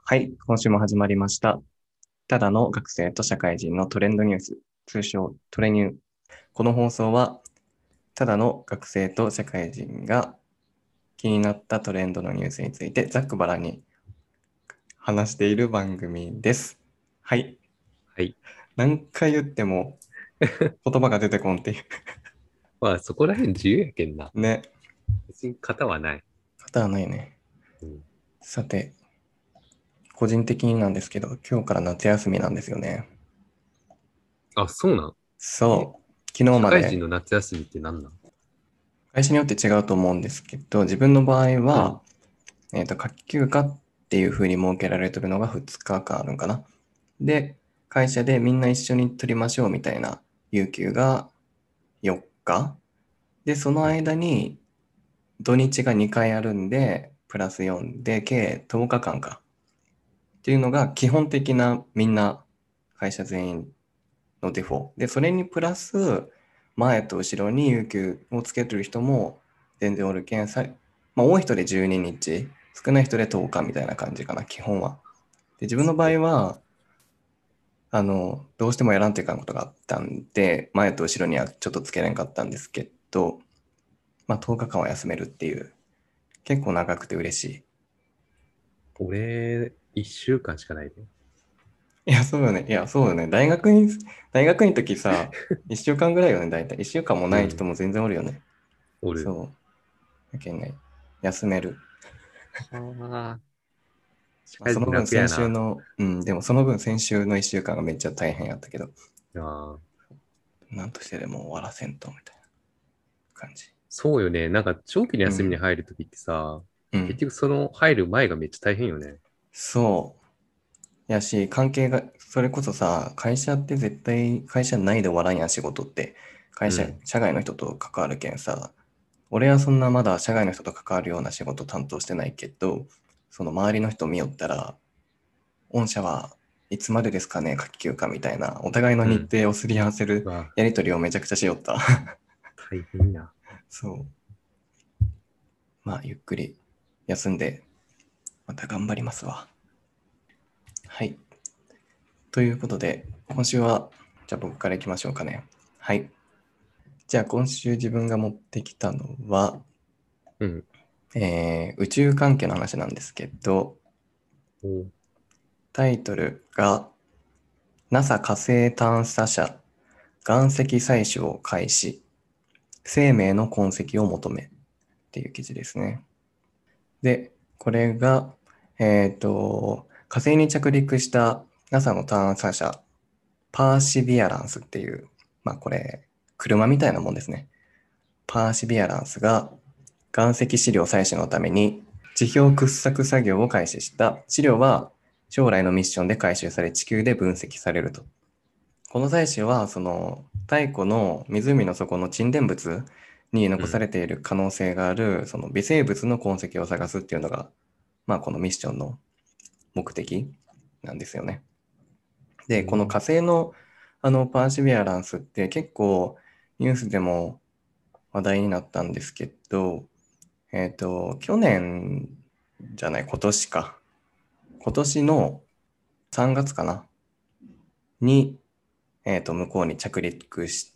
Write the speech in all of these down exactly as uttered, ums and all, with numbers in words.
はい、今週も始まりました。ただの学生と社会人のトレンドニュース、通称トレニュー。この放送は、ただの学生と社会人が気になったトレンドのニュースについてざっくばらんに話している番組です。はい。 はい。 何回言っても言葉が出てこんっていうまあ、そこら辺自由やけんな。 ね。 別に型はない。 方はないね。 うん、 さて、個人的になんですけど、今日から夏休みなんですよね。 あ、そうなん。え、 そう。昨日社まで会人の夏休みって何なん？ 会社によって違うと思うんですけど、自分の場合は、 うん。 えっと、夏季休暇っていう風に設けられてるのがふつかかんあるんかな。で、会社でみんな一緒に取りましょうみたいな有給がよっか。で、そのうん。 間に土日がにかいあるんで、プラスよんで計とおかかんか。っていうのが基本的なみんな会社全員のデフォ。で、それにプラス前と後ろに有給をつけてる人も全然おるけんさ、まあ多い人でじゅうににち、少ない人でとおかみたいな感じかな、基本は。で、自分の場そう。 合は、あの、どうしてもやらんといかんことがあったんで、前と後ろにはちょっとつけれんかったんですけど、まあとおかかんは休めるっていう、結構長くて嬉しい。 俺、いっしゅうかんしかないで。 いや、そうよね。いや、そうよね。大学に、大学の時さ、いっしゅうかんぐらいよね、大体。いっしゅうかんもない人うん。 も全然おるよね。 おる。 そう。だけどね、休める。 はあ。社まあ、そ会人の分先週楽やな。 の、うん、でもその分先週のいっしゅうかんがめっちゃ大変やったけど、 ああ。 なんとしてでも終わらせんと、みたいな感じ。 そうよね。なんか、長期の休みにうん、 入るときってさ、 うん。 結局その入る前がめっちゃ大変よね。 そう。やし、関係が、それこそさ、会社って絶対、会社内で終わらんやん、仕事って。会社、 うん。 社外の人と関わるけんさ、俺はそんなまだ社外の人と関わるような仕事担当してないけど、その周りの人見よったら、御社はいつまでですかね、夏季休暇みたいな、お互いのうん。 日程をすり合わせるうわ、 やりとりをめちゃくちゃしよった。 大変や。 そう。まあ、ゆっくり休んで、また頑張りますわ。はい。ということで、今週は、じゃあ僕からいきましょうかね。はい。じゃあ今週自分が持ってきたのは、 うん。 えー宇宙関係の話なんですけど、 おう。 タイトルが NASA 火星探査車岩石採取を開始、生命の痕跡を求めっていう記事ですね。で、これが、えっと、火星に着陸した NASA の探査車、パーシビアランスっていう、まあこれ、車みたいなもんですね。パーシビアランスが岩石資料採取のために地表掘削作業を開始した。資料は将来のミッションで回収され地球で分析されると。この採取はその太古の湖の底の沈殿物に残さうん。 れている可能性があるその微生物の痕跡を探すっていうのが、まあ、このミッションの目的なんですよね。で、この火うん。 星のあのパーシビアランスって結構ニュースでも話題になったんですけど、えっと、去年じゃない、今年か。今年のさんがつかなに、えっと、向こうに着陸して、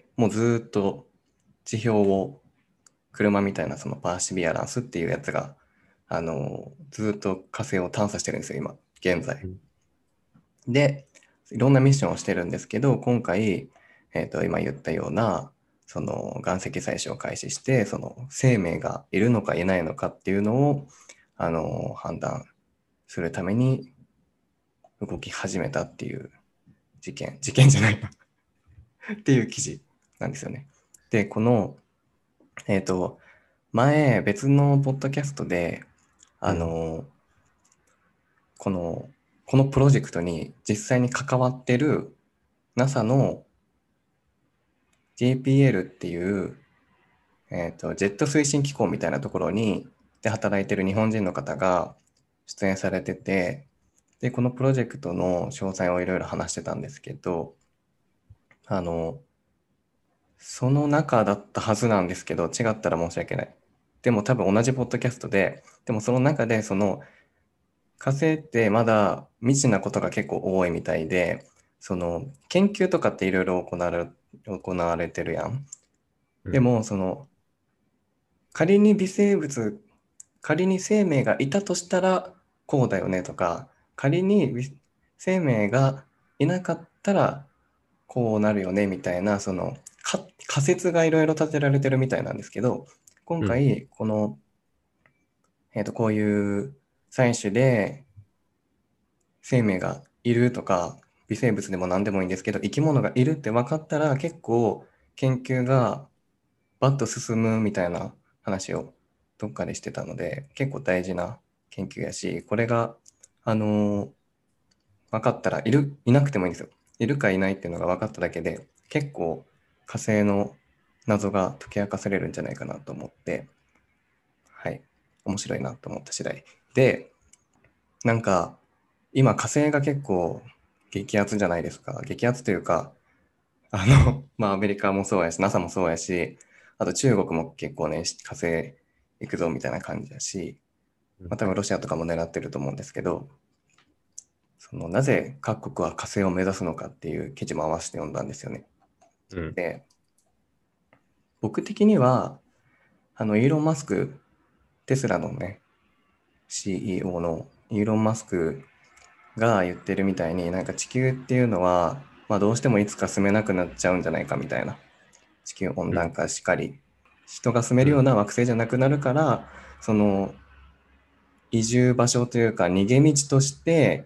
もうずっと地表を車みたいなそのパーシビアランスっていうやつが、あの、ずっと火星を探査してるんですよ、今、現在。 うん。 で、いろんなミッションをしてるんですけど、今回、えっと、今言ったような、その岩石採取を開始して、その生命がいるのかいないのかっていうのを、あの、判断するために動き始めたっていう事件、事件じゃないなっていう記事なんですよね。で、この、えっと、前、別のポッドキャストで、あうん。 の、この、このプロジェクトに実際に関わってる NASA の ジェーピーエル っていう、えっと、ジェット推進機構みたいなところに、で働いてる日本人の方が出演されてて、で、このプロジェクトの詳細をいろいろ話してたんですけど、あの、その中だったはずなんですけど、違ったら申し訳ない。でも多分同じポッドキャストで、でもその中でその火星ってまだ未知なことが結構多いみたいで、その研究とかっていろいろ行われ、行われてるやん。でうん。 もその仮に微生物、仮に生命がいたとしたらこうだよねとか、仮に微生命がいなかったらこうなるよねみたいな、そのか仮説がいろいろ立てられてるみたいなんですけど、今うん。 回この、えーと、こういう採取で生命がいるとか、微生物でも何でもいいんですけど、生き物がいるって分かったら結構研究がバッと進むみたいな話をどっかでしてたので、結構大事な研究やし、これが、あのー分かったらいる、いなくてもいいんですよ。いるかいないっていうのが分かっただけで、結構火星の謎が解き明かされるんじゃないかなと思って、はい、面白いなと思った次第。で、なんか、今火星が結構激アツじゃないですか。激アツというか、あの、まあアメリカもそうやし、ナサ もそうやし、あと中国も結構ね、火星行くぞみたいな感じだし、まあ多分ロシアとかも狙ってると思うんですけど、そのなぜ各国は火星を目指すのかっていう記事も合わせて読んだんですよね。 うん。 で、僕的には、あの、イーロン・マスク、テスラのね、シーイーオー のイーロン・マスクが言ってるみたいに、なんか地球っていうのは、まあどうしてもいつか住めなくなっちゃうんじゃないかみたいな。地球温うん。 暖化しかり、人が住めうん。 るような惑星じゃなくなるから、その移住場所というか逃げ道として、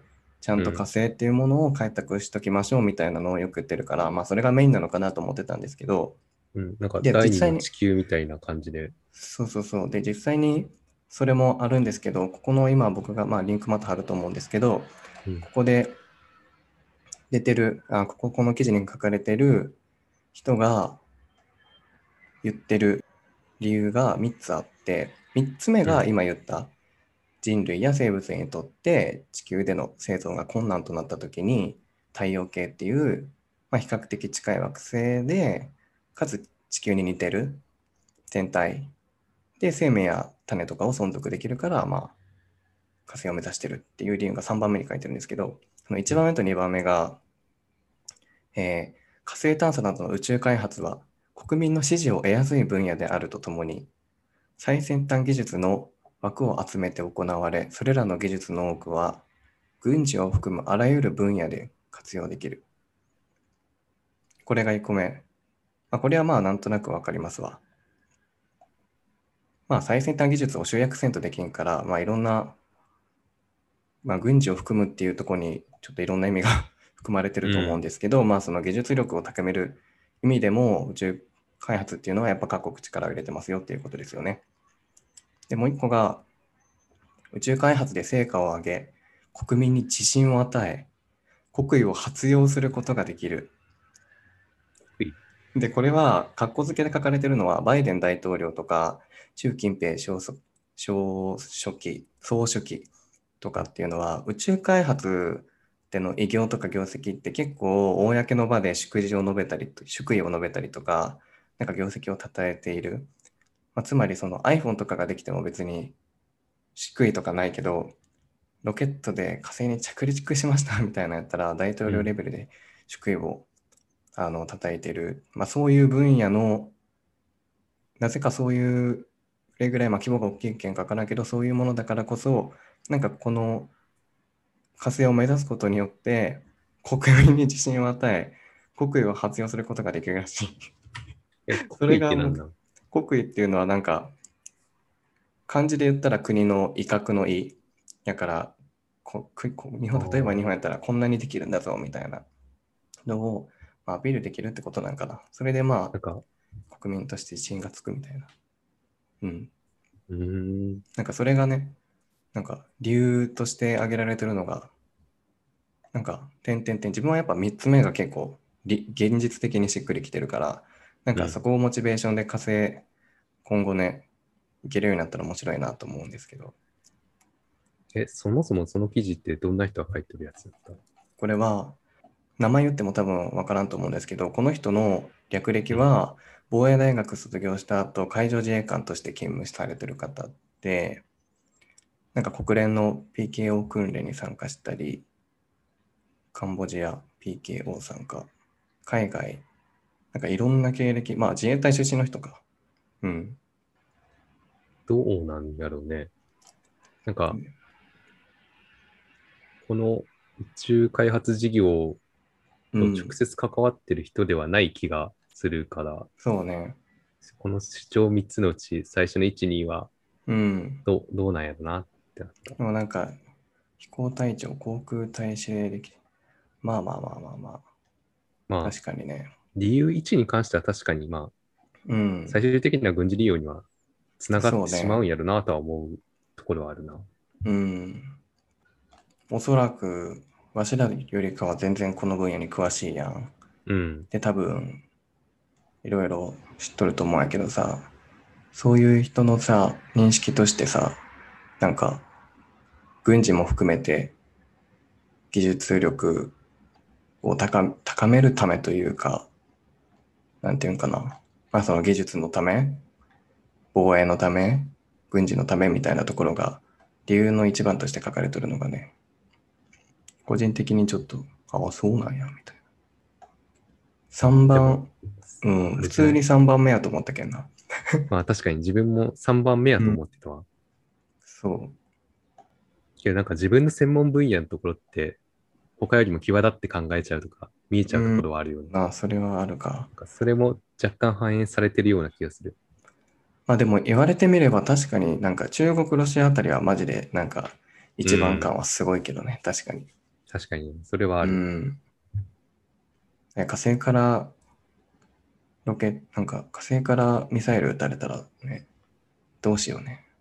ちゃんと火うん。 星っていうものを開拓しときましょうみたいなのをよく言ってるから、まあそれがメインなのかなと思ってたんですけど、 うん。なんかで、 第実際に、 二の地球みたいな感じで。 そうそうそう。で、実際にそれもあるんですけど、ここの今僕が、まあリンクまた貼ると思うんですけど、 うん。 ここで出てる、あ、ここ、この記事に書かれてる人が言ってる理由がみっつあって、みっつめうん。 が今言った人類や生物にとって地球での生存が困難となった時に太陽系っていう、まあ、比較的近い惑星でかつ地球に似てる天体で生命や種とかを存続できるから、まあ、火星を目指してるっていう理由がさんばんめに書いてるんですけど、その1 うん。 番目とにばんめが、えー火星探査などの宇宙開発は国民の支持を得やすい分野であるとともに、最先端技術の枠を集めて行われ、それらの技術の多くは軍事を含むあらゆる分野で活用できる。これがいっこめ。まあ、これはまあなんとなくわかりますわ。まあ最先端技術を集約せんとできんから、まあいろんな、まあ軍事を含むっていうところにちょっといろんな意味が含まれてると思うんうん。 ですけど、まあその技術力を高める意味でも宇宙開発っていうのはやっぱ各国力を入れてますよっていうことですよね。で、もう一個が宇宙開発で成果を上げ、国民に自信を与え、国威を発揚することができる。 うい。 で、これは、括弧付けで書かれているのは、バイデン大統領とか、習近平総書総書記、総書記とかっていうのは、宇宙開発での偉業とか業績って結構、公の場で祝辞を述べたり、祝意を述べたりとか、なんか業績を称えている。まあ、つまり、その iPhone とかができても別に祝意とかないけど、ロケットで火星に着陸しましたみたいなやったら、大統領レうん。 ベルで祝意をあの叩いてる、まあ、そういう分野の、なぜかそういう、これぐらいまあ規模が大きい件かわからんけど、そういうものだからこそ、なんかこの火星を目指すことによって、国民に自信を与え、国威を発揚することができるらしい。 え、 そ国威っれがもう、 てなんなん？ 国威っていうのはなんか、漢字で言ったら国の威嚇の威。だから、ここ日あ本、例えば日本やったらこんなにできるんだぞみたいなのを、まあ、アピールできるってことなんかな。それでまなんか、 あ、国民として自信がつくみたいな。うん。 うーん。 なんかそれがね、なんか理由として挙げられてるのが、なんか、点々点、自分はやっぱみっつめが結構、現実的にしっくりきてるから、なんうん。 かそこをモチベーションで火星、今後ね、いけるようになったら面白いなと思うんですけど、 え、そもそもその記事ってどんな人が書いてるやつだった？ これは、名前言っても多分わからんと思うんですけど、この人の略歴うん。 は、防衛大学卒業した後、海上自衛官として勤務されてる方で、 なんか国連の ピーケーオー 訓練に参加したり、カンボジア ピーケーオー 参加、海外、なんかいろんな経歴、まあ自衛隊出身の人か。うん。 どうなんやろうね。なんか、この宇宙開発事業と直うん。 接関わってる人ではない気がするから、 そうね。 この主張みっつのうち最初のいち、にはうん。 どう、どうなんやろなってなった。 でもなんか、飛行隊長、航空隊司令歴。まあまあまあまあまあ。 まあ、 確かにね。 理由いちに関しては確かに、まあ、 うん。 最終的な軍事利用にはつながってしまうそうね。 んやろなとは思うところはあるな。 うん。おそらく、わしらよりかは全然この分野に詳しいやん。 うん。 で、多分、いろいろ知っとると思うんやけどさ、そういう人のさ、認識としてさ、なんか、軍事も含めて技術力を高高めるためというか、なんていうんかな。まあその技術のため、防衛のため、軍事のためみたいなところが理由の一番として書かれてるのがね、個人的にちょっと、ああ、そうなんや、みたいな。3 でも、 番、うん、普あれじゃない？ 通にさんばんめやと思ったけんな。 まあ確かに自分もさんばんめやとうん。 思ってたわ。 そけどなんか自分の専門分野のところって他よりも際立って考えちゃうとか見えちう。 ゃうとこうん。 ろはあるよね。 まあ、それはあるか。 なんかそれも若干反映されてるような気がする。 まあでも言われてみれば確かになんか中国、ロシアあたりはマジでなんかう一番感ん。 はすごいけどね。確かに。 確かに、それはあうる。 ん。火星からロケ、なんか火星からミサイル撃たれたらね、どうしようね。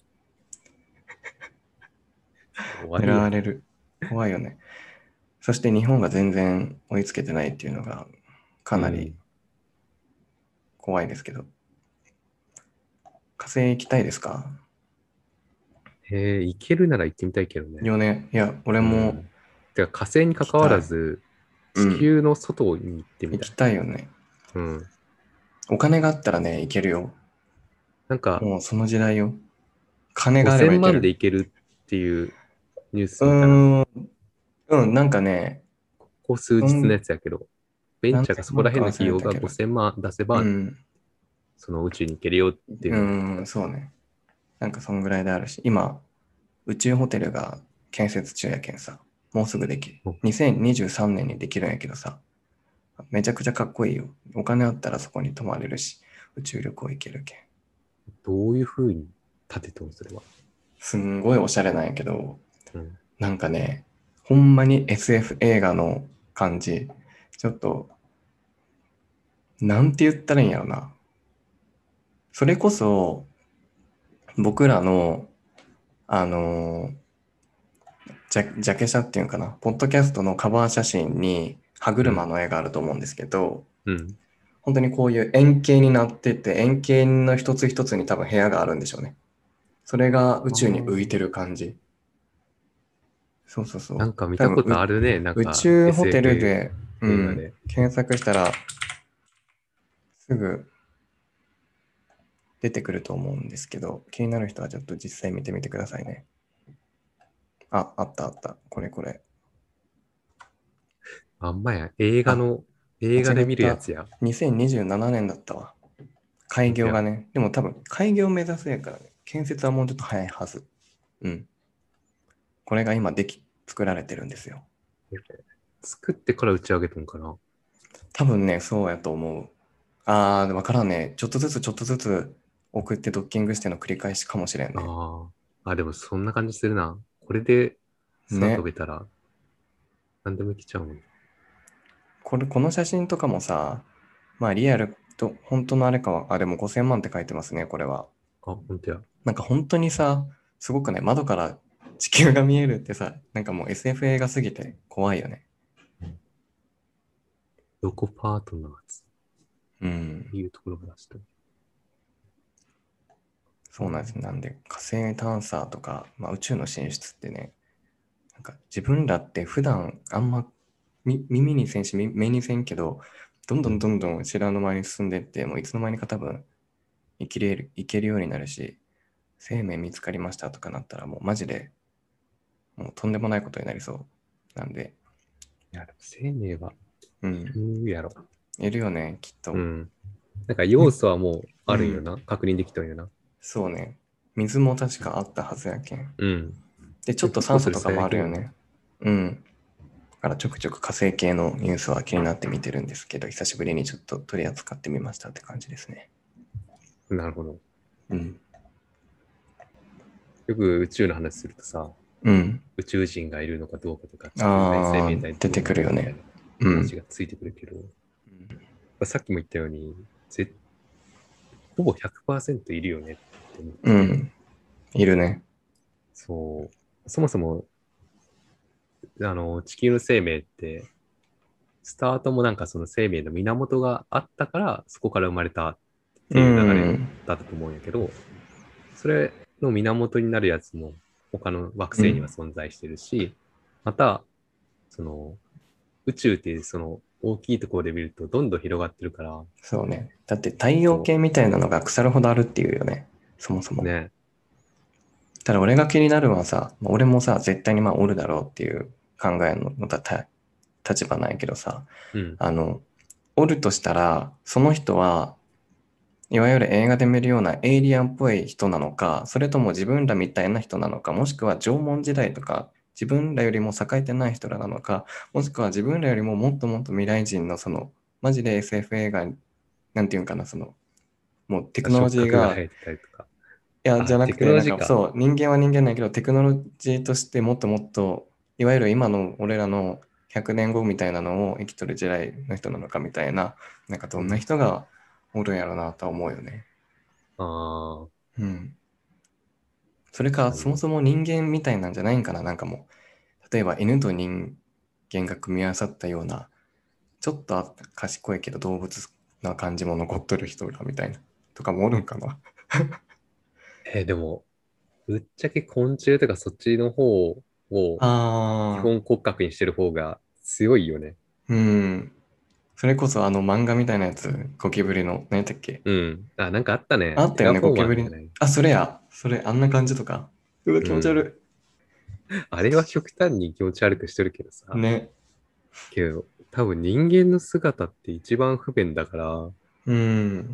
狙終わりや。 われる。怖いよね。そして日本が全然追いつけてないっていうのがかなりうん。 怖いですけど。火星行きたいですか？ へえ、行けるなら行ってみたいけどね。 よね。いや、俺もうん。てか火星に関わ行きたい。 らず、地うん。 球の外に行ってみ行きたい。 たいよね。 うん。 お金があったらね、行けるよ。 なんか、 もうその時代よ。金があれば 5000万で行ける。 行けるっていうニュースう見たな。 ーん。うん、なんかね、 ここ数日のうん、 やつやけど、ベンチャーが何千そこら辺の万か忘企業がれたけど。 ごせんまん出せば、 うん。 その宇宙に行けるよっていうのを見うん、 た。 そうね。なんかそんぐらいであるし、今、宇宙ホテルが建設中やけんさ、もうすぐできる。 おにせんにじゅうさんねんにできるんやけどさ、めちゃくちゃかっこいいよ。お金あったらそこに泊まれるし、宇宙旅行行けるけん。 どういうふうに立ててもそれは。 すんごいおしゃれなんやけど、 うん。 なんかね、ほんまに エスエフ 映画の感じ。ちょっと、なんて言ったらいいんやろな。それこそ、僕らの、あのージャ、ジャケ写っていうんかな、ポッドキャストのカバー写真に歯うん。 車の絵があると思うんですけど、 うん。 本当にこういう円形になってて、円形の一つ一つに多分部屋があるんでしょうね。それが宇あ宙に浮いてあ。 る感じ。そうそうそう。 なんか見たこと多分あるね。なん宇か宙ホテルエスエフで、うん、 映画で。 検索したらすぐ出てくると思うんですけど、気になる人はちょっと実際見てみてくださいね。あ、あったあった。これこれ。 あんまや。映画あ、 の、映画で見るや間違った。 つや。 にせんにじゅうななねんだったわ。開ほんとや。 業がね。でも多分、開業目指すやからね。建設はもうちょっと早いはず。うん。これが今でき、作られてるんですよ。 作ってから打ち上げたんかな。 多分ね、そうやと思う。あー、わからんね。ちょっとずつちょっとずつ送ってドッキングしての繰り返しかもしれんね。 ああ。あ、でもそんな感じするな。これで空飛ね。 べたら何でもいけちゃうもん。 これ、この写真とかもさ、まあリアルと本当のあれかは、あ、でもごせんまんって書いてますね、これは。 あ、ほんとや。 なんか本当にさ、すごくね、窓から地球が見えるってさ、なんかもう エスエフ 映画すぎて怖いよね。 ロコパートナーズうん。 っていうところが出した。 そうなんです。なんで火星探査とか、まあ、宇宙の進出ってね、なんか自分らって普段あんまみ耳にせんしみ目にせんけど、どんどんうん。 どんどん知らぬ間に進んでって、もういつの間にか多分生きれる、生けるようになるし、生命見つかりましたとかなったらもうマジでもうとんでもないことになりそうなんで。 いや、でも生命はうん。 いるやろ。 いるよね、きっと。 うん。なんか要素はもうあるんような。確認できたんよな。 そうね。水も確かあったはずやけん。 うん。 で、ちょっと結構それ酸素とかもあ最近な。 るよね。うん。だからちょくちょく火星系のニュースは気になって見てるんですけど、久しぶりにちょっと取り扱ってみましたって感じですね。 なるほど。 うん。 よく宇宙の話するとさ、 うん。 宇宙人がいるのかどうかとか、地球外生ああ、 命体出てどうなのくるよね。 かみたいなうん。 話がついてくるけど、さっきも言ったように、ぜほぼひゃくパーセントいるよねって思ってて、 うん。いるね。 そう、そもそも、あの、地球の生命って、スタートもなんかその生命の源があったから、そこから生まれたってういう流れん。 だったと思うんやけど、それの源になるやつも他の惑星にはうん。 存在してるし、また、その、宇宙っていうその大きいところで見るとどんどん広がってるから、 そうね。だって太陽そ系みたいなのが腐るほどあるっていうよね。そもそう、 も。 ね、 ただ俺が気になるのはさ、俺もさ、絶対にまあおるだろうっていう考えののたた立場ないけどさ、 うん、 あの、おるとしたら、その人はいわゆる映画で見るようなエイリアンっぽい人なのか、それとも自分らみたいな人なのか、もしくは縄文時代とか、自分らよりも栄えてない人らなのか、もしくは自分らよりももっともっと未来人のその、マジで エスエフ 映画、なんていうんかな、その、もうテクノロジーが、 触覚が生えてたりとか。 いや、じあ、テクゃなくて、なんノロジーか。 かそう、人間は人間ないけど、テクノロジーとしてもっともっと、いわゆる今の俺らのひゃくねんごみたいなのを生きとる時代の人なのかみたいな、なんかどんなうん、 人がおるんやろなとは思うよね。 ああ、 うん。それか、 確かに。 そもそも人間みたいなんじゃないんかな、なんかもう。例えば犬と人間が組み合わさったような、ちょっとあ賢いけど動物な感じも残っとる人らみたいな、とかもおるんかな。 えーでも、ぶっちゃけ昆虫とかそっちの方を基あ本骨格にしてる方が強いよね。 ー、うん。それこそあの漫画みたいなやつ、ゴキブリの、何やったっけ？ うん。あ、なんかあったね。 あったよね、 テラフォーゴキブリ。 マーズじゃない。 あ、それや。それ、あんな感じとか。うわ、気持ちうん。 悪あれは極端に気持ち悪くしてるけどい。 さ。 ね。 けど、多分人間の姿って一番不便だから、 うん。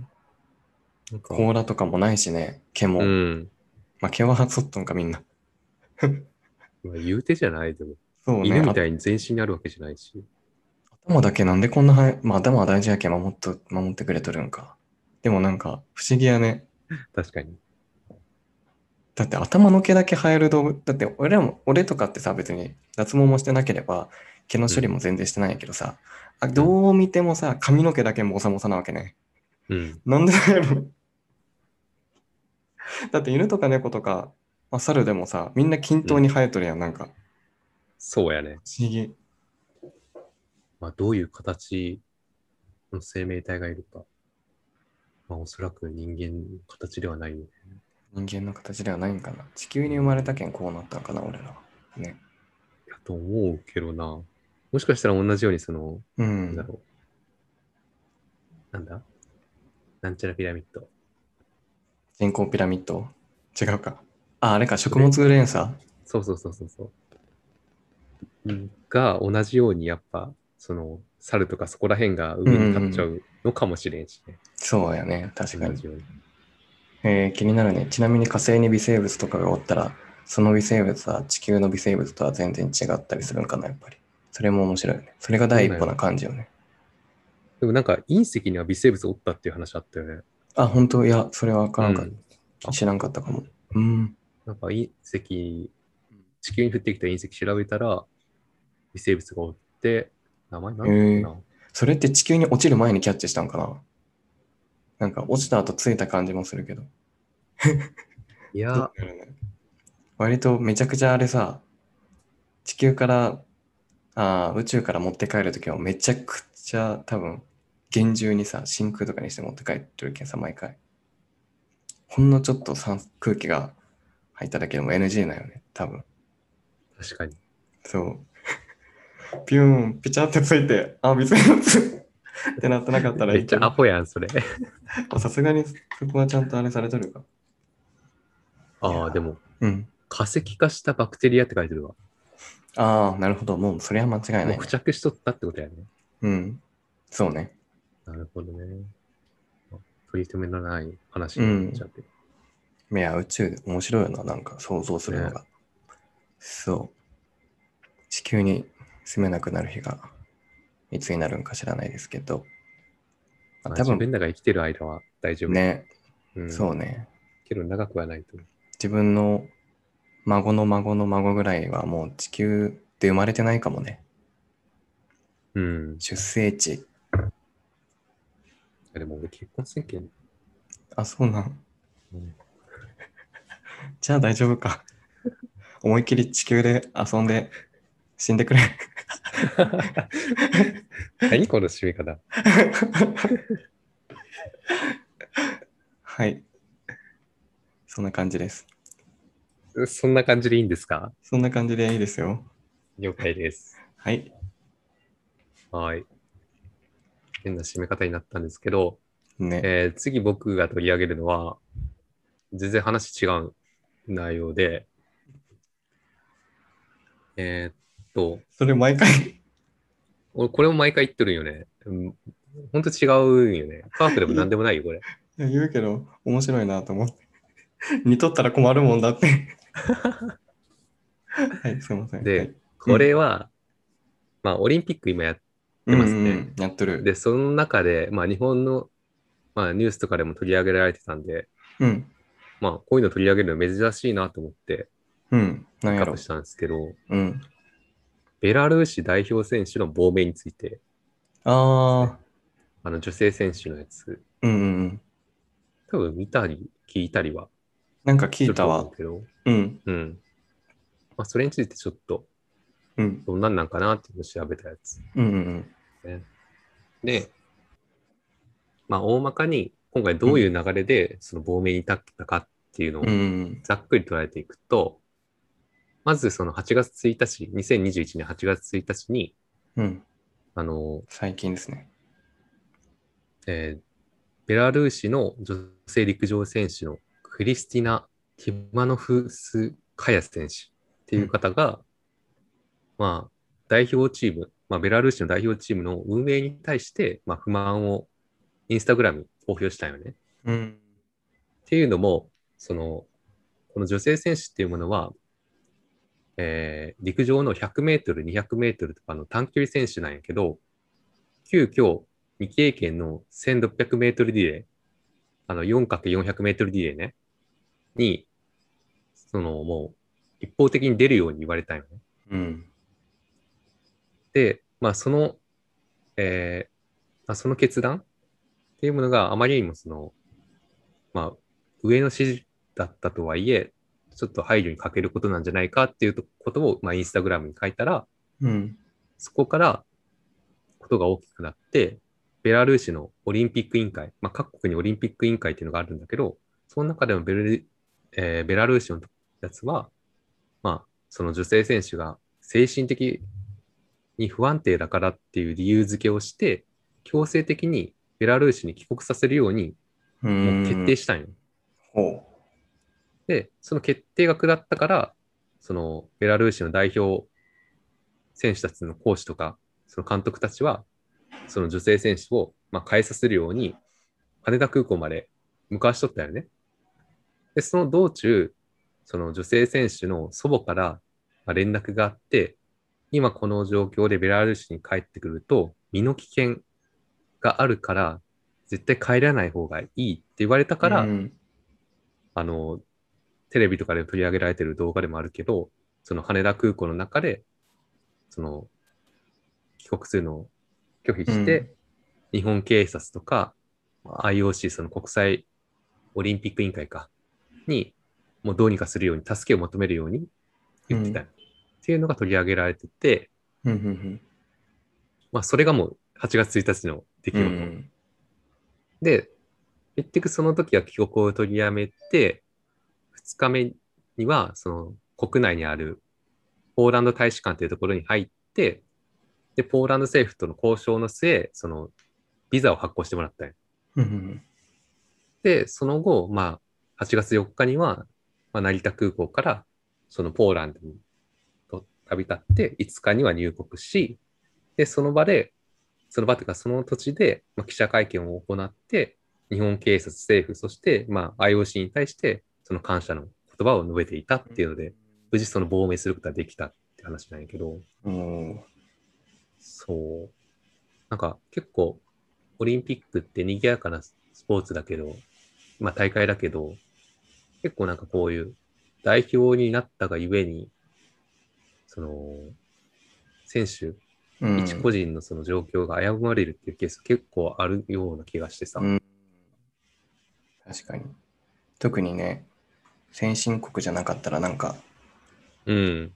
なんか、 甲羅とかもないしね、毛も。 うん。 まあ、毛はそっとんかみんな。 まあ、言うてじゃないでも。 そうね。あ、 犬みたいに全身にあるわけじゃないし。 頭だけなんでこんなはや、まあ頭は大事やけん守っと、守ってくれとるんか。でもなんか不思議やね。 確かに。 だって頭の毛だけ生える動物、だって俺らも、俺とかってさ別に脱毛もしてなければ毛の処理うん。 も全然してないけどさ、あ、 うん。 どう見てもさ髪の毛だけもさもさなわけね。 うん。 なんでだろだって犬とか猫とか、まあ、猿でもさ、みんな均うん。 等に生えとるやん、なんか。 そうやね。 不思議。 まあ、どういう形の生命体がいるか。まあ、おそらく人間の形ではないよね。 人間の形ではないんかな。地球に生まれたけんこうなったんかな、俺らは。ね。 やと思うけどな。もしかしたら同じようにその、 うん。 なんだろう。なんだなんちゃらピラミッド。 人口ピラミッド違うか。あ、あれか、食物それ、 連鎖そうそうそうそうそう。うんが同じようにやっぱ、その、猿とかそこら辺がうん上に立っちゃうんうん。 うのかもしれんしね。 そうやね。確かに。 同じように。 えー、気になるね。ちなみに火星に微生物とかがおったら、その微生物は地球の微生物とは全然違ったりするんかな、やっぱり。それも面白いよね。それが第一歩などうなんやろ。 感じよね。 でもなんか隕石には微生物おったっていう話あったよね。 あ、本当いや、それはわからんかっうん。 た。 あ、 知らんかったかも。うん。 なんか隕石、地球に降ってきた隕石調べたら微生物がおって、名前なえんだっけー、 な。 それって地球に落ちる前にキャッチしたんかな？なんか落ちた後ついた感じもするけど。どういや、 なるね。割とめちゃくちゃあれさ、地球から、あー宇宙から持って帰るときはめちゃくちゃ多分、厳重にさ、真空とかにして持って帰ってるけんさ、毎回。ほんのちょっと酸空気が入っただけでも エヌジー なんよね、多分。 確かに。 そう。ピューン、ピチャってついて、あ、微生物ってなってなかったらめっちゃアいいけど。 ホやん、それ。 さすがにそこはちゃんとあれされとるか。いやああ、でも、 ー、うん。 化石化したバクテリアって書いてるわ。 ああ、なるほど。もうそれは間違いなもういね。 付着しとったってことやね。 うん。そうね。 なるほどね。取り留めのない話になっちゃうん。 うけど。 いや、宇宙面白いよな。なんか想像するのね。 が。そう。地球に住めなくなる日がいつになるんか知らないですけど。まあ、 まあ多分自分らが生きてる間は大丈夫。 ね、 うん。 そうね。 けど長くはないと思自分の孫の孫の孫ぐらいはもう地球で生まれてないかもね。 う。うん。 出生地。 でも俺結婚せんけん。 あ、そうなん。 うん、 じゃあ大丈夫か。思いっきり地球で遊んで死んでくれ。 何この締め方。 はい。そんな感じです。 そんな感じでいいんですか？ そんな感じでいいですよ。 了解です。 はい。 はい。変な締め方になったんですけど、 ね。 えー次僕が取り上げるのは、全然話違う内容で、えーっと、 それ毎回俺これも毎回言ってるんよね。うん、ほんと違うんよね。科学でも何でもないよ、これ。 言うけど面白いなと思って。似とったら困るもんだって。はい、すいません。はで、 い。うこれん。 は、まあ、オリンピック今やっうんうてますね。 ん。やっとる。 で、その中で、まあ、日本の、まあ、ニュースとかでも取り上げられてたんで、 うん。 まあ、こういうの取り上げるの珍しいなと思ってうん。 ピなんやろ。 ックアップしたんですけど、 うん。 ベラルーシ代表選手の亡命についてですね。 ああ。 あの女性選手のやつ、 うんうんうん。 多分見たり聞いたりはなんか聞すると思いたわ。 うけど、 うん。 うん。まあ、それについてちょっとうん。 どんなんなんかなっていうのを調べたやつうんうんね。で、まあ、大まかに今回うん。 どういう流れでその亡命に至ったかっていうのうん。うをんざっくり捉えていくと、まずそのはちがつついたち、にせんにじゅういちねんはちがつついたちに、 うん。 あの、 最近ですね。 えーベラルーシの女性陸上選手のクリスティナ・ティマノフスカヤ選手っていううん。 方が、まあ、代表チーム、まあ、ベラルーシの代表チームの運営に対して、まあ、不満をインスタグラムに公表したよね。っうん。 ていうのも、その、この女性選手っていうものは、えー陸上のひゃくメートル、にひゃくメートルとかの短距離選手なんやけど、急遽未経験のせんろっぴゃくメートルリレー、あの よんかけるよんひゃくメートルリレーね、に、そのもう一方的に出るように言われたんよね。 うん。 で、まあその、えーまあ、その決断っていうものがあまりにもその、まあ上の指示だったとはいえ、ちょっと配慮に欠けることなんじゃないかっていうことを、まあ、インスタグラムに書いたら、 うん。 そこからことが大きくなって、ベラルーシのオリンピック委員会、まあ、各国にオリンピック委員会っていうのがあるんだけど、その中でもベル、えーベラルーシのやつは、まあ、その女性選手が精神的に不安定だからっていう理由付けをして、強制的にベラルーシに帰国させるように、 うもう決ん。 定したんよ。 ほで、その決定が下ったから、そのベラルーシの代表選手たちの講師とか、その監督たちは、その女性選手を、まあ、返させるように、羽田空港まで向かわしとったよね。で、その道中、その女性選手の祖母から連絡があって、今この状況でベラルーシに帰ってくると、身の危険があるから、絶対帰らない方がいいって言われたう。うから、 ん。 あの、テレビとかで取り上げられてる動画でもあるけど、その羽田空港の中で、その帰国するのを拒否うん。 して、日本警察とか、アイオーシー、その国際オリンピック委員会か、に、もうどうにかするように、助けを求めるように言ってた。 うん。 っていうのが取り上げられてて、 うん。うん。 まあ、それがもうはちがつついたちの出う来事。 ん。 で、結局その時は帰国を取りやめて、ふつかめには、その国内にあるポーランド大使館というところに入って、で、ポーランド政府との交渉の末、そのビザを発行してもらったんよ。 うん。 で、その後、まあ、はちがつよっかには、まあ、成田空港から、そのポーランドにと旅立っていつかには入国し、で、その場で、その場というかその土地で、まあ、記者会見を行って、日本警察、政府、そして、まあ、アイオーシー に対してその感謝の言葉を述べていたっていうので、無事その亡命することができたって話なんやけど、 うん。 そう。なんか結構、オリンピックって賑やかなスポーツだけど、まあ大会だけど、結構なんかこういう代表になったがゆえに、その、選手、一個うん。 人のその状況が危ぶまれるっていうケース結構あるような気がしてさ。 うん。確かに。特にね、先進国じゃなかったらなんかうん。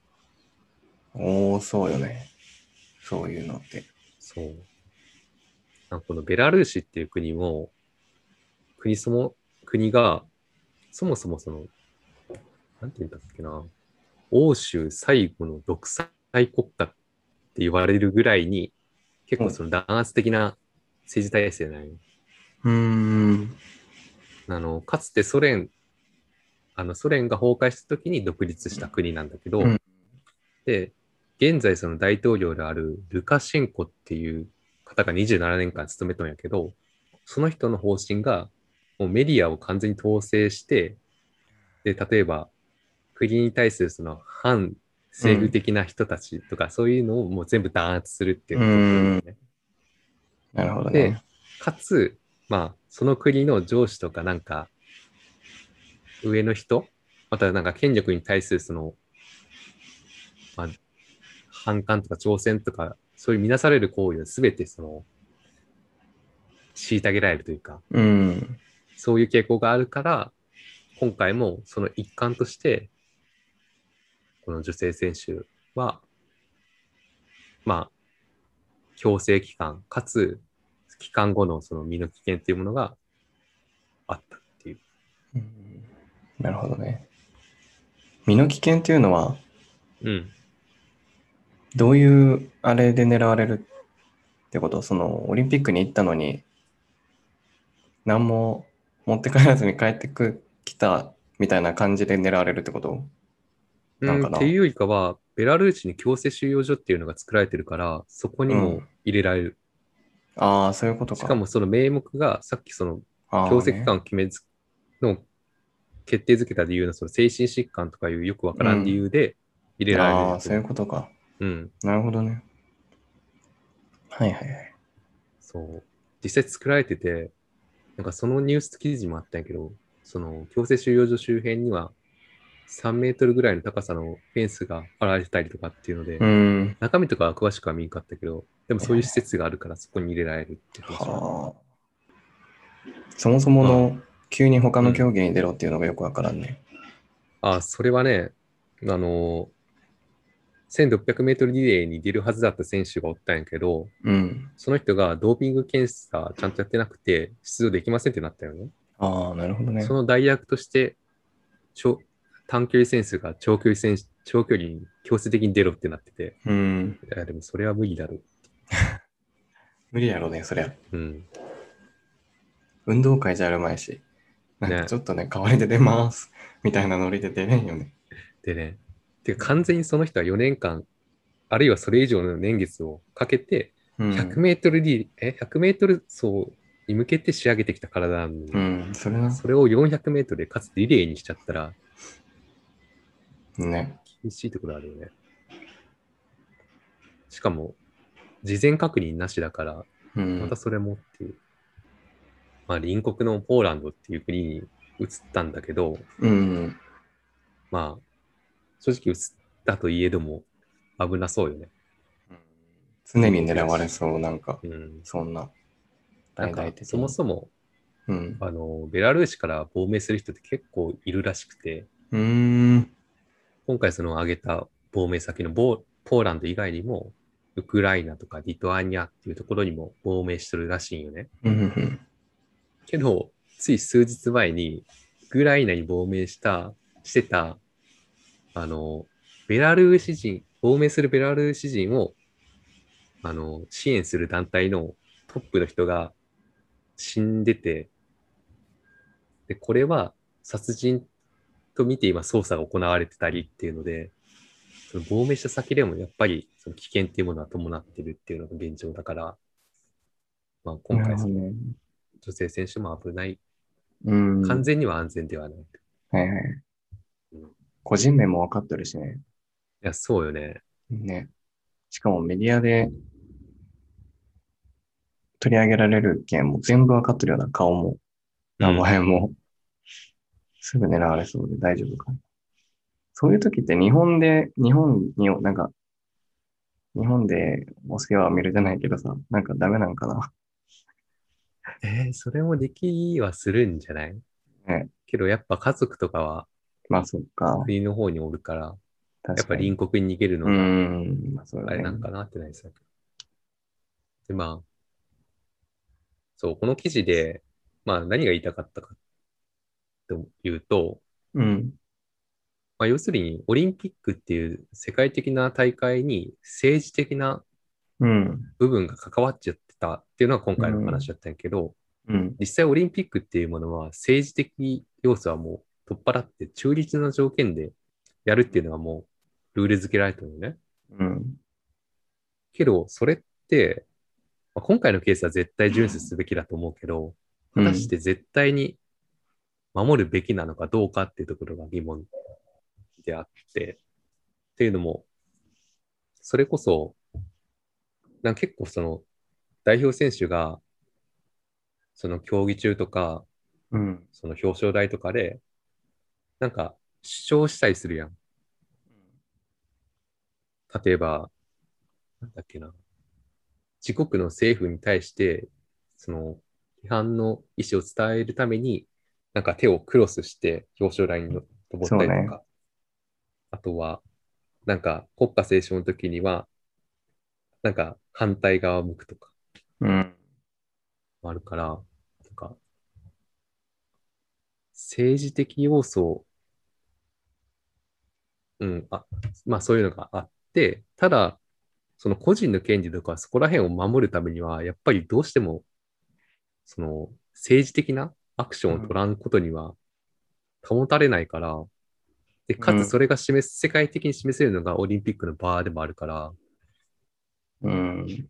多そうよね。そういうのって。 そう。なんかこのベラルーシっていう国も、国そも、国が、そもそもその、なんて言うんだっけな、欧州最後の独裁国家って言われるぐらいに、結うん。 構その弾圧的な政治体制なんよ。 うーん。 あの、かつてソ連、あの、ソ連が崩壊した時に独立した国なんだけど、 うん。 で、現在その大統領であるルカシェンコっていう方がにじゅうななねんかん務めたんやけど、その人の方針が、もうメディアを完全に統制して、で、例えば国に対するその反うん。 政府的な人たちとか、そういうのをもう全部弾圧するっていううのを取ってるんーん。 よね。 なるほどで、 ね。 かつ、まあ、その国の上司とかなんか上の人、またなんか権力に対するその、まあ、反感とか挑戦とか、そういう見なされる行為をすべてその、虐げられるというか、 うん。 そういう傾向があるから、今回もその一環として、この女性選手は、まあ、強制期間、かつ、期間後のその身の危険っていうものがあったっていう。 うん。なるほどね。身の危険っていうのは、 うん。 どういうあれで狙われるってこと？その、オリンピックに行ったのに、何も持って帰らずに帰ってく、来たみたいな感じで狙われるってこと？ うん、 なんかな。 っていうよりかは、ベラルーシに強制収容所っていうのが作られてるから、そこにもうん。 入れられる。 ああ、そういうことか。 しかもその名目が、さっきその強制期間ああね。 を決めずの決定づけた理由のその精神疾患とかいうよくわからん理うん。 由で入れられるんああ、そういうやと思ことか。 う。うん。 なるほどね。はいはいはい。 そう。実際作られてて、なんかそのニュース記事もあったんやけど、その強制収容所周辺にはさんメートルぐらいの高さのフェンスが張られてたりとかっていうので、 うーん。 中身とかは詳しくは見んかったけど、でもはいはいはい。 そういう施設があるからそこに入れられるって話は。 はあ。そもそもまあ、 の急に他うん。 の競技に出ろっていうのがよくわからんね。 あ、それはね、あの、せんろっぴゃくメートルリレーに出るはずだった選手がおったんやけど、 うん。 その人がドーピング検査ちゃんとやってなくて出場できませんってなったよね。 ああ、なるほどね。 その代役として長短距離選手が長距離選手、長距離に強制的に出ろってなってて、 うん。 いや、でもそれは無理だろう。 無理やろね、そりゃ。 うん。 運動会じゃあるまいし。なんかね。 ちょっとね、代わりで出ます。みたいなノリで出れんよね。 でね。てか完全にその人はよねんかん、あるいはそれ以上の年月をかけて、100メうん。 ートルリえ、ひゃくメートル走に向けて仕上げてきた体なのに、 うん。それな。 それをよんひゃくメートルでかつリレーにしちゃったら、 ね。 厳しいところあるよね。しかも、事前確認なしだから、 うん。 またそれもっていう。まあ、隣国のポーランドっていう国に移ったんだけど、 うん。 まあ、正直移ったといえども、危なそうよね。 常に隣国だし。 狙われそう、なんか、 うん。 そんな、大々 なんか、そも的に。 そも、 うん。 あの、ベラルーシから亡命する人って結構いるらしくて、 うーん。 今回その挙げた亡命先のボポーランド以外にも、ウクライナとかリトアニアっていうところにも亡命してるらしいんよね。 うん。うん。 けど、つい数日前に、ウクライナに亡命した、してた、あの、ベラルーシ人、亡命するベラルーシ人を、あの、支援する団体のトップの人が死んでて、で、これは殺人と見て今捜査が行われてたりっていうので、 その亡命した先でもやっぱりその危険っていうものは伴ってるっていうのが現状だから、まあ、今回そのなるほどね。 女性選手も危ない、 うん。 完全には安全ではない。 はいはい。 うん、い個人名も分かってるしね。 や、そうよね。 ね。しかもメディアで取り上げられる件も全部分かってるような顔も、名うん。 前も、すぐ狙われそうで大丈夫かな。そういう時って日本で、日本に、なんか、日本でお世話を見るじゃないけどさ、なんかダメなんかな。 えー、それもできはするんじゃない？ ね。 けどやっぱ家族とかはまあそっか。 国の方におるから、やっぱ確かに。 隣国に逃げるうーのがん。まあそうよね。 あれなんかなってないですよ。で、まあ、そう、この記事で、まあ何が言いたかったかというと、 うん。 まあ、要するにオリンピックっていう世界的な大会に政治的なうん。 部分が関わっちゃってたっていうのが今うん。 回の話だったんやけど、 うん。 実際オリンピックっていうものは政治的要素はもう取っ払って中立な条件でやるっていうのはもうルール付けられてるのね。 うん。 けど、それって、まあ、今回のケースは絶対遵守すべきだと思うけど、果たしうん。 て絶対に守るべきなのかどうかっていうところが疑問であって、っていうのも、それこそ、なんか結構その代表選手がその競技中とか、 うん。 その表彰台とかで、なんか主張したりするやん。例えば、なんだっけな。自国の政府に対して、その批判の意思を伝えるために、なんか手をクロスして表彰台に登っそうね。 たりとか、あとは、なんか国歌斉唱の時には、なんか反対側を向くとかうん。 もあるから、なんか政治的要素、うん、あ、まあそういうのがあって、ただ、その個人の権利とかそこら辺を守るためには、やっぱりどうしても、その政治的なアクションを取うん。 らんことには保たれないから、で、かつそうん。 れが示す、世界的に示せるのがオリンピックの場でもあるから、 うん。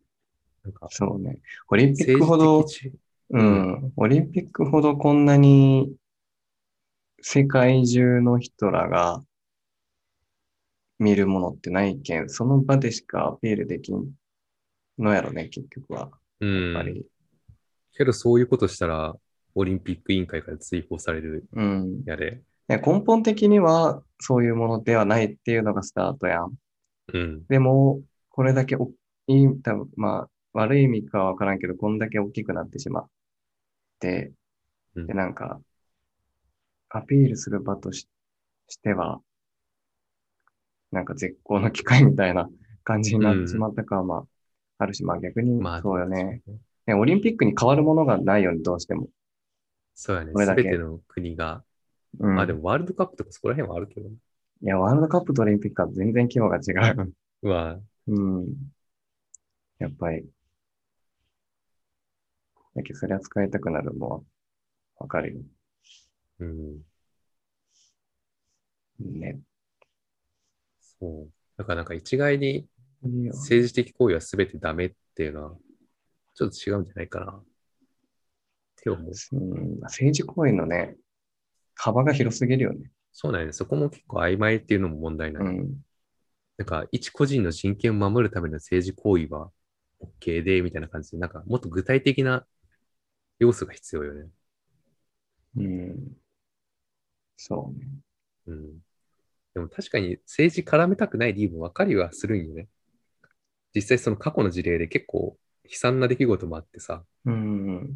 なんかそうね。オリンピック政治的ほど、 中、 ううん、 ん。オリンピックほどこんなに世界中の人らが見るものってないけん、その場でしかアピールできんのやろね、結局は。 うん。 やっぱり。 けどそういうことしたら、オリンピック委員会から追放されるうん。 やで、 ね根本的にはそういうものではないっていうのがスタートやん。 うん、 でも、これだけおいい、多分まあ、悪い意味かはわからんけど、こんだけ大きくなってしまって、で、 うん、 なんか、アピールする場とし、しては、なんか絶好の機会みたいな感じになってしうん。 まったかは、まあ、あるし、まあ逆にまあでもそうよね。 確かにね。 ね、オリンピックに変わるものがないようにどうしても。 そうやね。 これだけ。 すべての国が、まあでうん。 もワールドカップとかそこら辺はあるけどね。 いや、ワールドカップとオリンピックは全然規模が違う。 うわ、 うん。やっぱり。だけどそれは使いたくなるのはわかるよ。 うん、 ね。 そう。だからなんか一概にいいよ。 政治的行為はすべてダメっていうのは、ちょっと違うんじゃないかなって思う。 うん、政治行為のね、幅が広すぎるよね。 そうなんやね。そこも結構曖昧っていうのも問題ない。 うん。 なんか一個人の人権を守るための政治行為は OK で、みたいな感じで、なんかもっと具体的な要素が必要よね。 うん。そうね。 うん。でも確かに政治絡めたくない理由も分かりはするんよね。実際その過去の事例で結構悲惨な出来事もあってさ、 うん。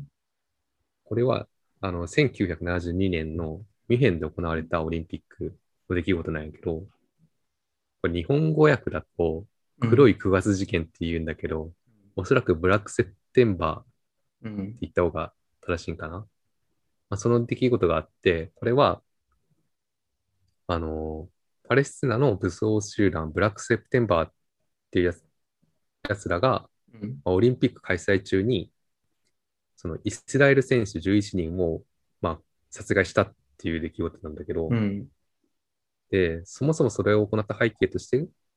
これはあのせんきゅうひゃくななじゅうにねんのミュンヘンで行われたオリンピックの出来事なんやけど、これ日本語訳だとうん。 黒いくがつ事件って言うんだけど、おそらくブラックセプテンバーってうん。 言った方が正しいんかな。まあ、その出来事があって、これはあのパレスチナの武装集団ブラックセプテンバーっていうやつやつらが、 うん。 まあオリンピック開催中にそのイスラエル選手じゅういちにんを、まあ、殺害したっていう出来事なんだけど、 うん。 で、そもそもそれを行った背景として、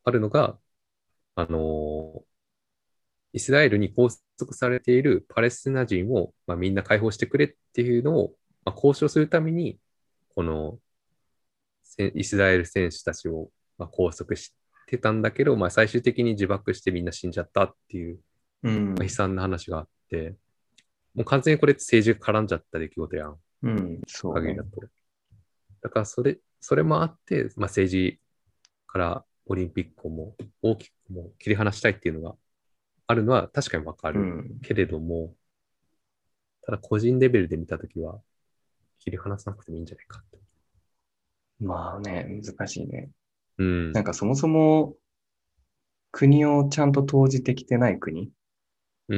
あるのが、あのーイスラエルに拘束されているパレスチナ人を、まあ、みんな解放してくれっていうのを、まあ、交渉するために、このイスラエル選手たちを、まあ、拘束してたんだけど、まあ、最終的に自爆してみんな死んじゃったっていう、 うん。 まあ、悲惨な話があって、もう完全にこれ政治が絡んじゃった出来事やん、 うん。そうね。 限りだと。だからそれ、それもあって、まあ、政治からオリンピックをもう大きくもう切り離したいっていうのがあるのは確かにわかる。 うん。 けれども、ただ個人レベルで見たときは切り離さなくてもいいんじゃないかって。 まあね、難しいね。 うん。 なんかそもそも国をちゃんと統治できてない国、 うん。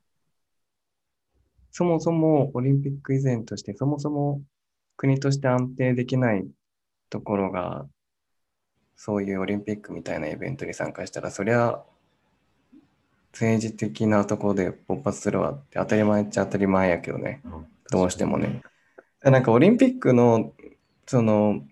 そもそもオリンピック以前として、そもそも国として安定できないところが、そういうオリンピックみたいなイベントに参加したら、そりゃ政治的なところで勃発するわって当たり前っちゃ当たり前やけどね。 あ、 どう確かに。 してもね。なんかオリンピックの、その、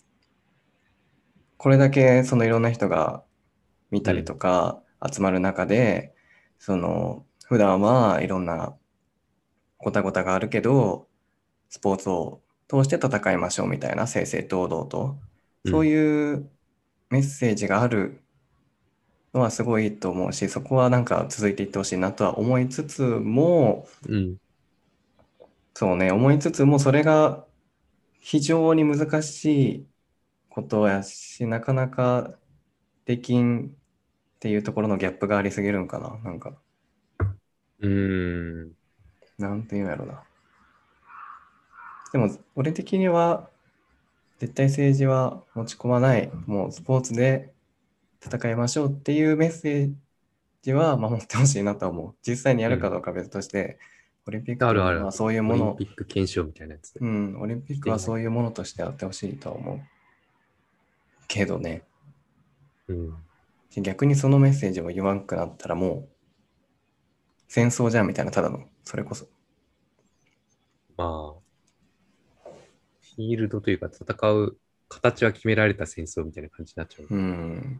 これだけそのいろんな人が見たりうん。 とか集まる中で、その、普段はいろんなごたごたがあるけど、スポーツを通して戦いましょうみたいな正々堂々と、そううん。 いうメッセージがあるのはすごいいいと思うし、そこはなんか続いていってほしいなとは思いつつも、 うん。 そうね、思いつつもそれが非常に難しいことやし、なかなかできんっていうところのギャップがありすぎるんかな。なんか、 うーん。 なんていうんやろな。でも、俺的には、絶対政治は持ち込まない、もうスポーツで戦いましょうっていうメッセージは守ってほしいなと思う。実際にやうん。 るかどうかは別として、オリンピックはあるある。 そういうもの、 オリンピック検証みたいなやつで。 うん、オリンピックはしてない。 そういうものとしてあってほしいとは思う。けどね、 うん。 逆にそのメッセージを言わんくなったらもう戦争じゃんみたいな、ただの、それこそ。 まあ、フィールドというか戦う形は決められた戦争みたいな感じになっちゃう。 うん、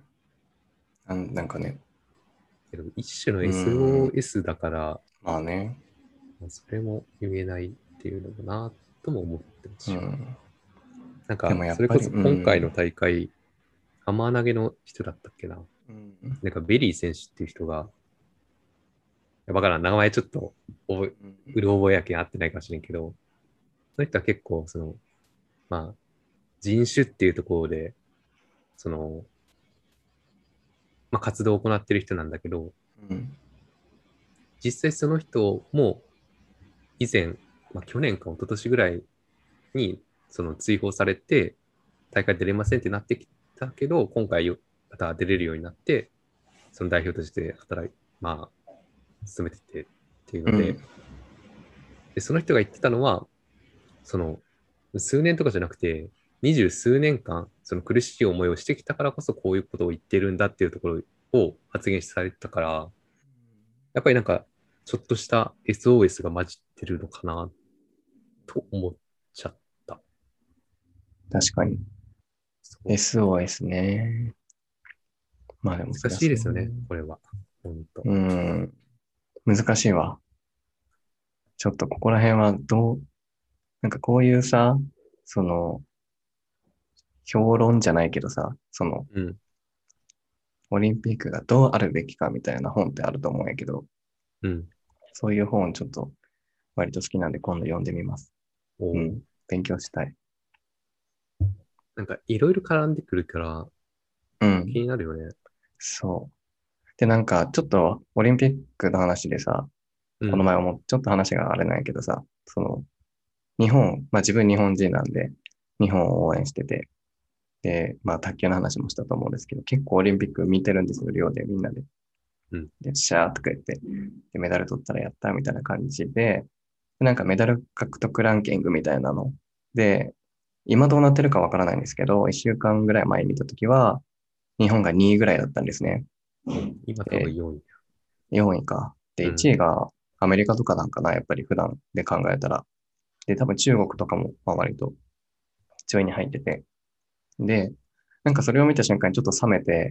なん、なんかね、 けど、一種のうん、 エスオーエス だから、 まあね、 まあそれも言えないっていうのもな、とも思ってまうすよ。 ん。 なんか、 でもやっぱり、 それこそう今回のん、 大会、浜投げの人だったっけな。 うん、 なんか、ベリー選手っていう人が、わからん、名前ちょっと覚え、 うん、 うる覚えやけん合ってないかもしれんけど、その人は結構、その、まあ、人種っていうところで、その、まあ、活動を行ってる人なんだけど、 うん、 実際その人も以前、まあ、去年か一昨年ぐらいにその追放されて、大会出れませんってなってきたけど、今回よまた出れるようになって、その代表として働い、まあ、進めててっていうので、 うん、 で、その人が言ってたのは、その、数年とかじゃなくて、二十数年間、その苦しい思いをしてきたからこそこういうことを言ってるんだっていうところを発言されてたから、やっぱりなんか、ちょっとした エスオーエス が混じってるのかなと思っちゃった。 確かに。 そう。 エスオーエス ね。まあでもそ難りゃそう。 しいですよね、これは。本当。 うん、難しいわ。ちょっとここら辺はどう、なんかこういうさ、その、評論じゃないけどさ、その、 うん。 オリンピックがどうあるべきかみたいな本ってあると思うんやけど、 うん。 そういう本ちょっと割と好きなんで今度読んでみます。うおん。勉強したい。 なんか、いろいろ絡んでくるからうん。 気になるよね。 そう。で、なんかちょっとオリンピックの話でさ、 うん。 この前思っちょっと話があれなんやけどさ、その、日本、まあ自分日本人なんで、日本を応援してて、で、まあ卓球の話もしたと思うんですけど、結構オリンピック見てるんですよ、寮でみんなで。 うん。 で、シャーとか言って、で、メダル取ったらやったみたいな感じで、なんかメダル獲得ランキングみたいなので、今どうなってるかわからないんですけど、いっしゅうかんぐらい前に見たときは、日本がにいぐらいだったんですね。 今多分で、 よんい。 よんいか。で、1 うん。 位がアメリカとかなんかな、やっぱり普段で考えたら。で、多分中国とかも、まあ、割と上位に入ってて。で、なんかそれを見た瞬間にちょっと冷めて、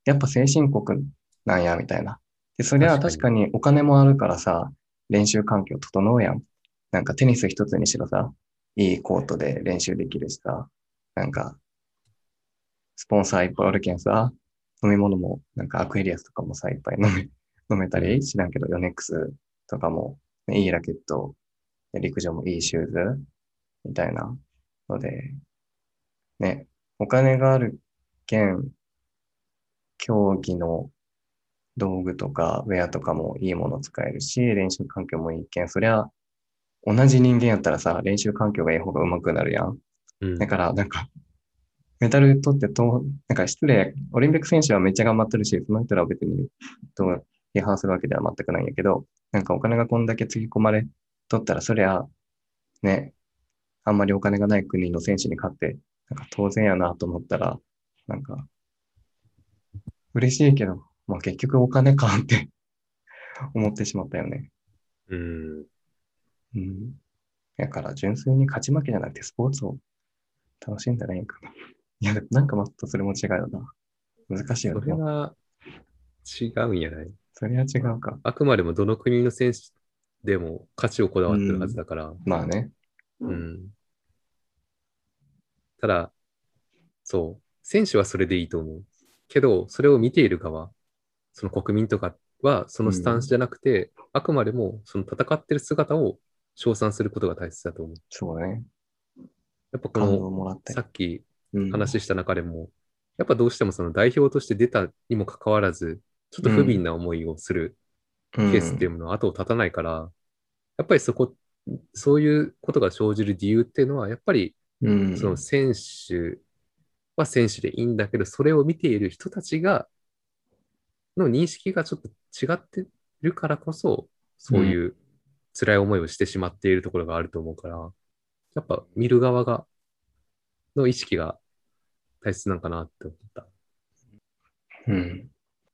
やっぱ先進国なんや、みたいな。で、それは確確かに。 かにお金もあるからさ、練習環境整うやん。なんかテニス一つにしろさ、いいコートで練習できるしさ、なんかスポンサーいっぱいあるけんさ、飲み物もなんかアクエリアスとかもさ、いっぱい飲め、飲めたりうん。 知らんけど、ヨネックスとかも、ね、いいラケット、陸上もいいシューズみたいなので、ね、お金があるけん、競技の道具とかウェアとかもいいもの使えるし、練習環境もいいけん、そりゃ同じ人間やったらさ、練習環境がいい方が上手くなるやん。 うん。 だから、なんか、メダル取ってと、なんか失礼、オリンピック選手はめっちゃ頑張ってるし、その人らは別にどう批判するわけでは全くないんやけど、なんかお金がこんだけつぎ込まれとったら、そりゃ、ね、あんまりお金がない国の選手に勝って、なんか当然やなと思ったら、なんか嬉しいけど、まあ結局お金かって思ってしまったよね。 うん。 うん。だから純粋に勝ち負けじゃなくてスポーツを楽しんだらいいんかな。いや、なんかまたそれも違うよな。難しいよそれね。 は違うんやない。 それは違うか。 あくまでもどの国の選手でも価値をこだわってるはずうん。 だから。 まあね。 うん。ただ、そう。選手はそれでいいと思う。けど、それを見ている側、その国民とかは、そのスタンスうん。 じゃなくて、あくまでもその戦ってる姿を称賛することが大切だと思う。 そうね。 やっぱこ感の、 動もらったり。 さっきうん。 話した中でも、やっぱどうしてもその代表として出たにもかかわらず、ちょっと不憫うん。 な思いをするうケースっていうん。 ものは後を絶たないから、やっぱりそこ、そういうことが生じる理由っていうのは、やっぱりうん。 その選手は選手でいいんだけど、それを見ている人たちが、の認識がちょっと違ってるからこそ、 うん。 そういう辛い思いをしてしまっているところがあると思うから、やっぱ見る側が、の意識が大切なのかなって思った。 うん。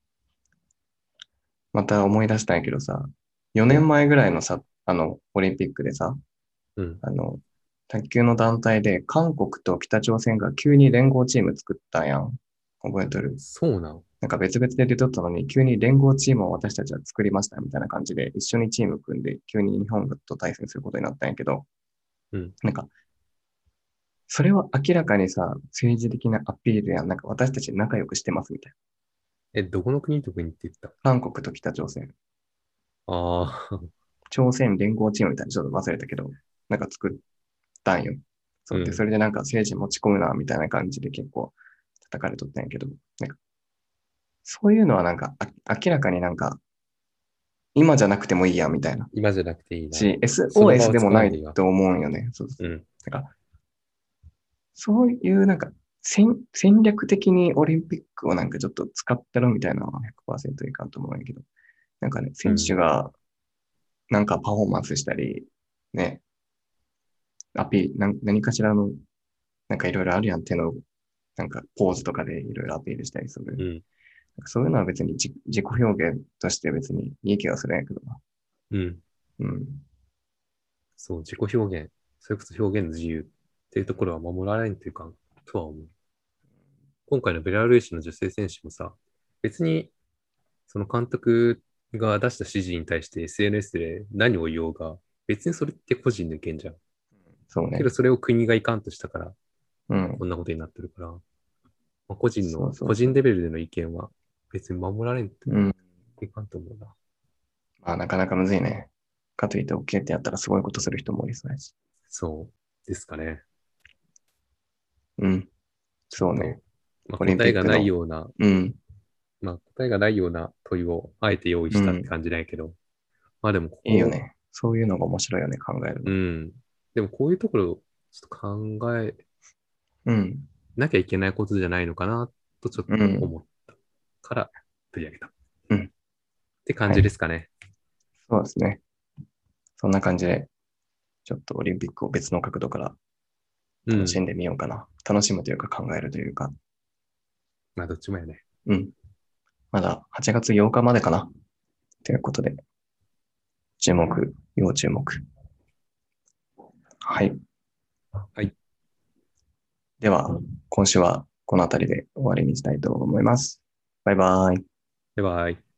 また思い出したんやけどさ、4 お、 年前ぐらいのさ、あの、オリンピックでさ、 うん。 あの、卓球の団体で韓国と北朝鮮が急に連合チーム作ったやん。覚えとる？ そうなん。 なんか別々で出とったのに、急に連合チームを私たちは作りましたみたいな感じで、一緒にチーム組んで、急に日本と対戦することになったんやけど、 うん。 なんか、それは明らかにさ、政治的なアピールやん。なんか私たち仲良くしてますみたいえ、どこの国と国って言った？ な。韓国と北朝鮮。 ああー、 朝鮮連合チームみたいな、ちょっと忘れたけど、なんか作ったんよ。そうで、そうん。 れでなんか政治持ち込むな、みたいな感じで結構叩かれとったんやけど、なんか、そういうのはなんか、あ明らかになんか、今じゃなくてもいいや、みたいな。 今じゃなくていいな。 し、 その場エスオーエスをでもない使わんでいいわ。 と思うんよね。そうそう。 うん。 なんか、そういうなんか、戦、戦略的にオリンピックをなんかちょっと使ったろみたいなのはひゃくパーセントいかんと思うんやけど、なんかね、選手うん。 がなんかパフォーマンスしたり、ね、アピール、なん何かしらの、なんかいろいろあるやん、手の、なんかポーズとかでいろいろアピールしたりする。 うん。 そういうのは別に自自己表現として別にいい気がするんやけどな。 うん。 うん。 そう、自己表現、それこそ表現の自由っていうところは守られんというか、とは思う。今回のベラルーシの女性選手もさ、別にその監督が出した指示に対して エスエヌエス で何を言おうが、別にそれって個人の意見じゃん。 そうね。 けどそれを国がいかんとしたから、 うん。 こんなことになってるから、まあ、個人の、 そうそう個そう。 人レベルでの意見は別に守られんとうん。 いかんと思うな。 まあなかなかむずいね。かといって OK ってやったらすごいことする人もいそうやし。 そうですかね。 うん。 ちょっそうね。 と、まあ、 オリンピ答えがないックの。 ような、 うん。 まあ、答えがないような問いをあえて用意うん。 したって感じないけど、まあでもここ、 いいよね。そういうのが面白いよね、考えるの。 うん。でもこういうところ、ちょっと考えうん。 なきゃいけないことじゃないのかな、とちょっうん。 と思ったから取り上げた。っうん。 て感はい。 じですかね。 そうですね。そんな感じで、ちょっとオリンピックを別の角度からうん。 楽しんでみようかな。楽しむというか考えるというか。 まあどっちもやね。 うん。まだはちがつようかまでかな。ということで、注目、要注目。はい。 はい。 では、今週はこの辺りで終わりにしたいと思います。 バイバイ。 バイバイ。